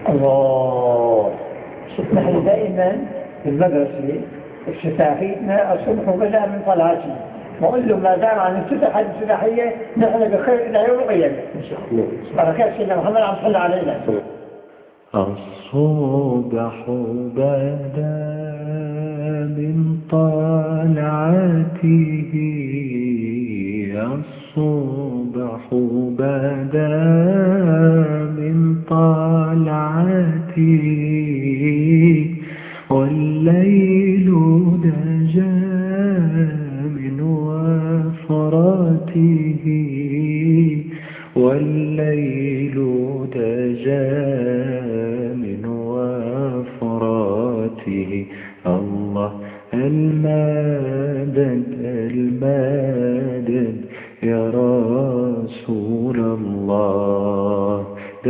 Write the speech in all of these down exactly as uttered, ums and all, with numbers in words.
الله. نحن دائما في المدرسة افتتاحيتنا الصبح وبدأ من طلعتي، وقل له ما دام عن افتتاحات الافتتاحية نحن بخير إلى يوم القيامة إن شاء الله. بركات سيدنا محمد عم صلى علينا. الصبح بدا من طلعته، الصبح بدا من طلعته، والليل دجى من وفراته، والليل دجى من وفراته. الله المدد المدد يا رسول الله،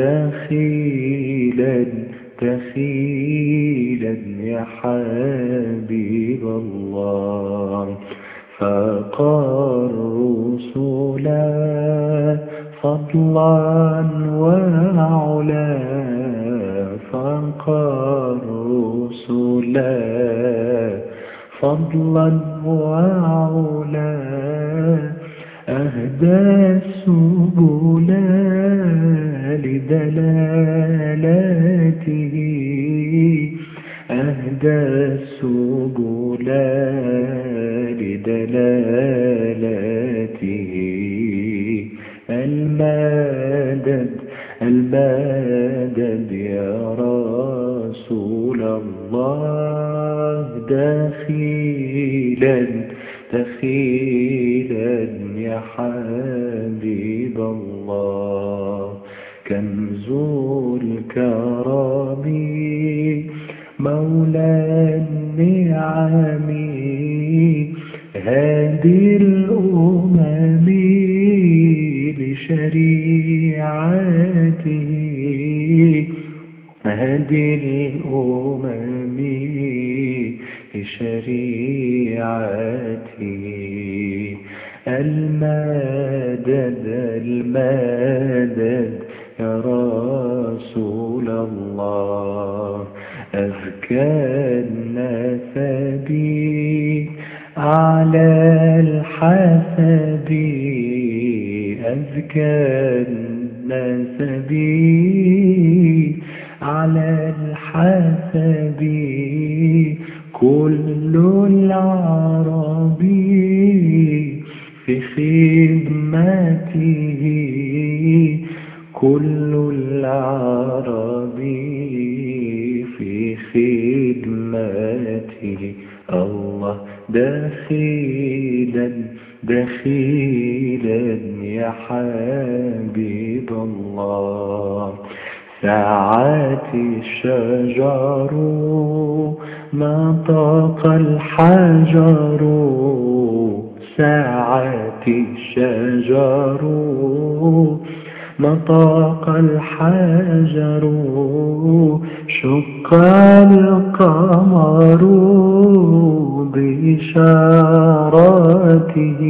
دخيلا دخيلا يا حبيب الله. فقر رسلا فضلا وعلا، فقر رسلا فضلا وعلا، أهدى السبل لدلالته، أهدى السبل لدلالته. المدد المدد يا رسول الله، دخيلا دخيلا يا حبيب الله. كنز الكرم مولى النعم، هادي الأمم لشريعته، هادي الأمم لشريعته. المدد المدد يا رسول الله، أزكى النسب على الحسب، أزكى النسب على الحسب. كل العرب في خدمته، كل العرب في خدمته. الله دخيلا دخيلا يا حبيب الله. ساعات الشجر نطق الحجر، ساعات الشجر نطق الحجر، شق القمر بإشارته،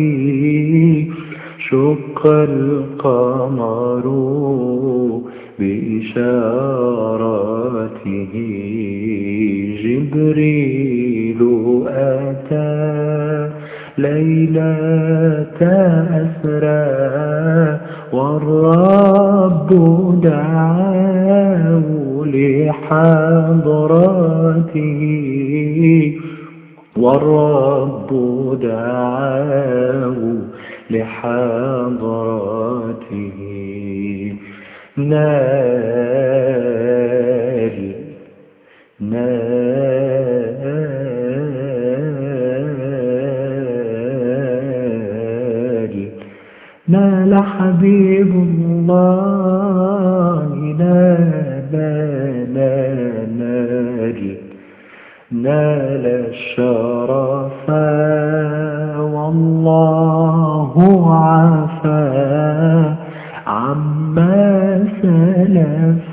شق القمر بإشارته. جبريل أتى ليلة أسرى، والرب دعاه لحضرته، والرب دعاه لحضرته. نال نال نال حبيب الله، نال نال نال الشرف والله عفا عما سلف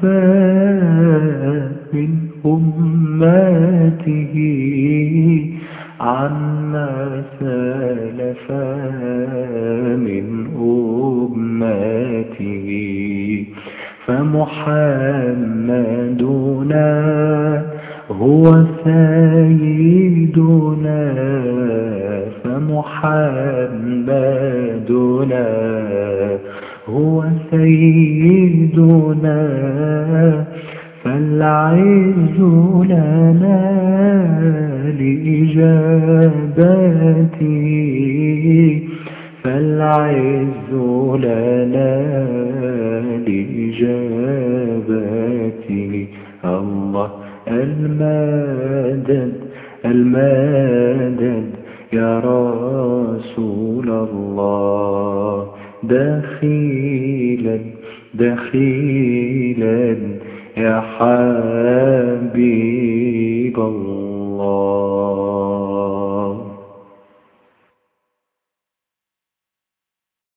من أمته، عما سلف من أمته. فمحمد محمدنا هو سيدنا فمحمدنا هو سيدنا فالعز لنا لإجابته فالعز لنا لإجابته الله المدد المدد يا رسول الله دخيلا دخيلا يا حبيب الله.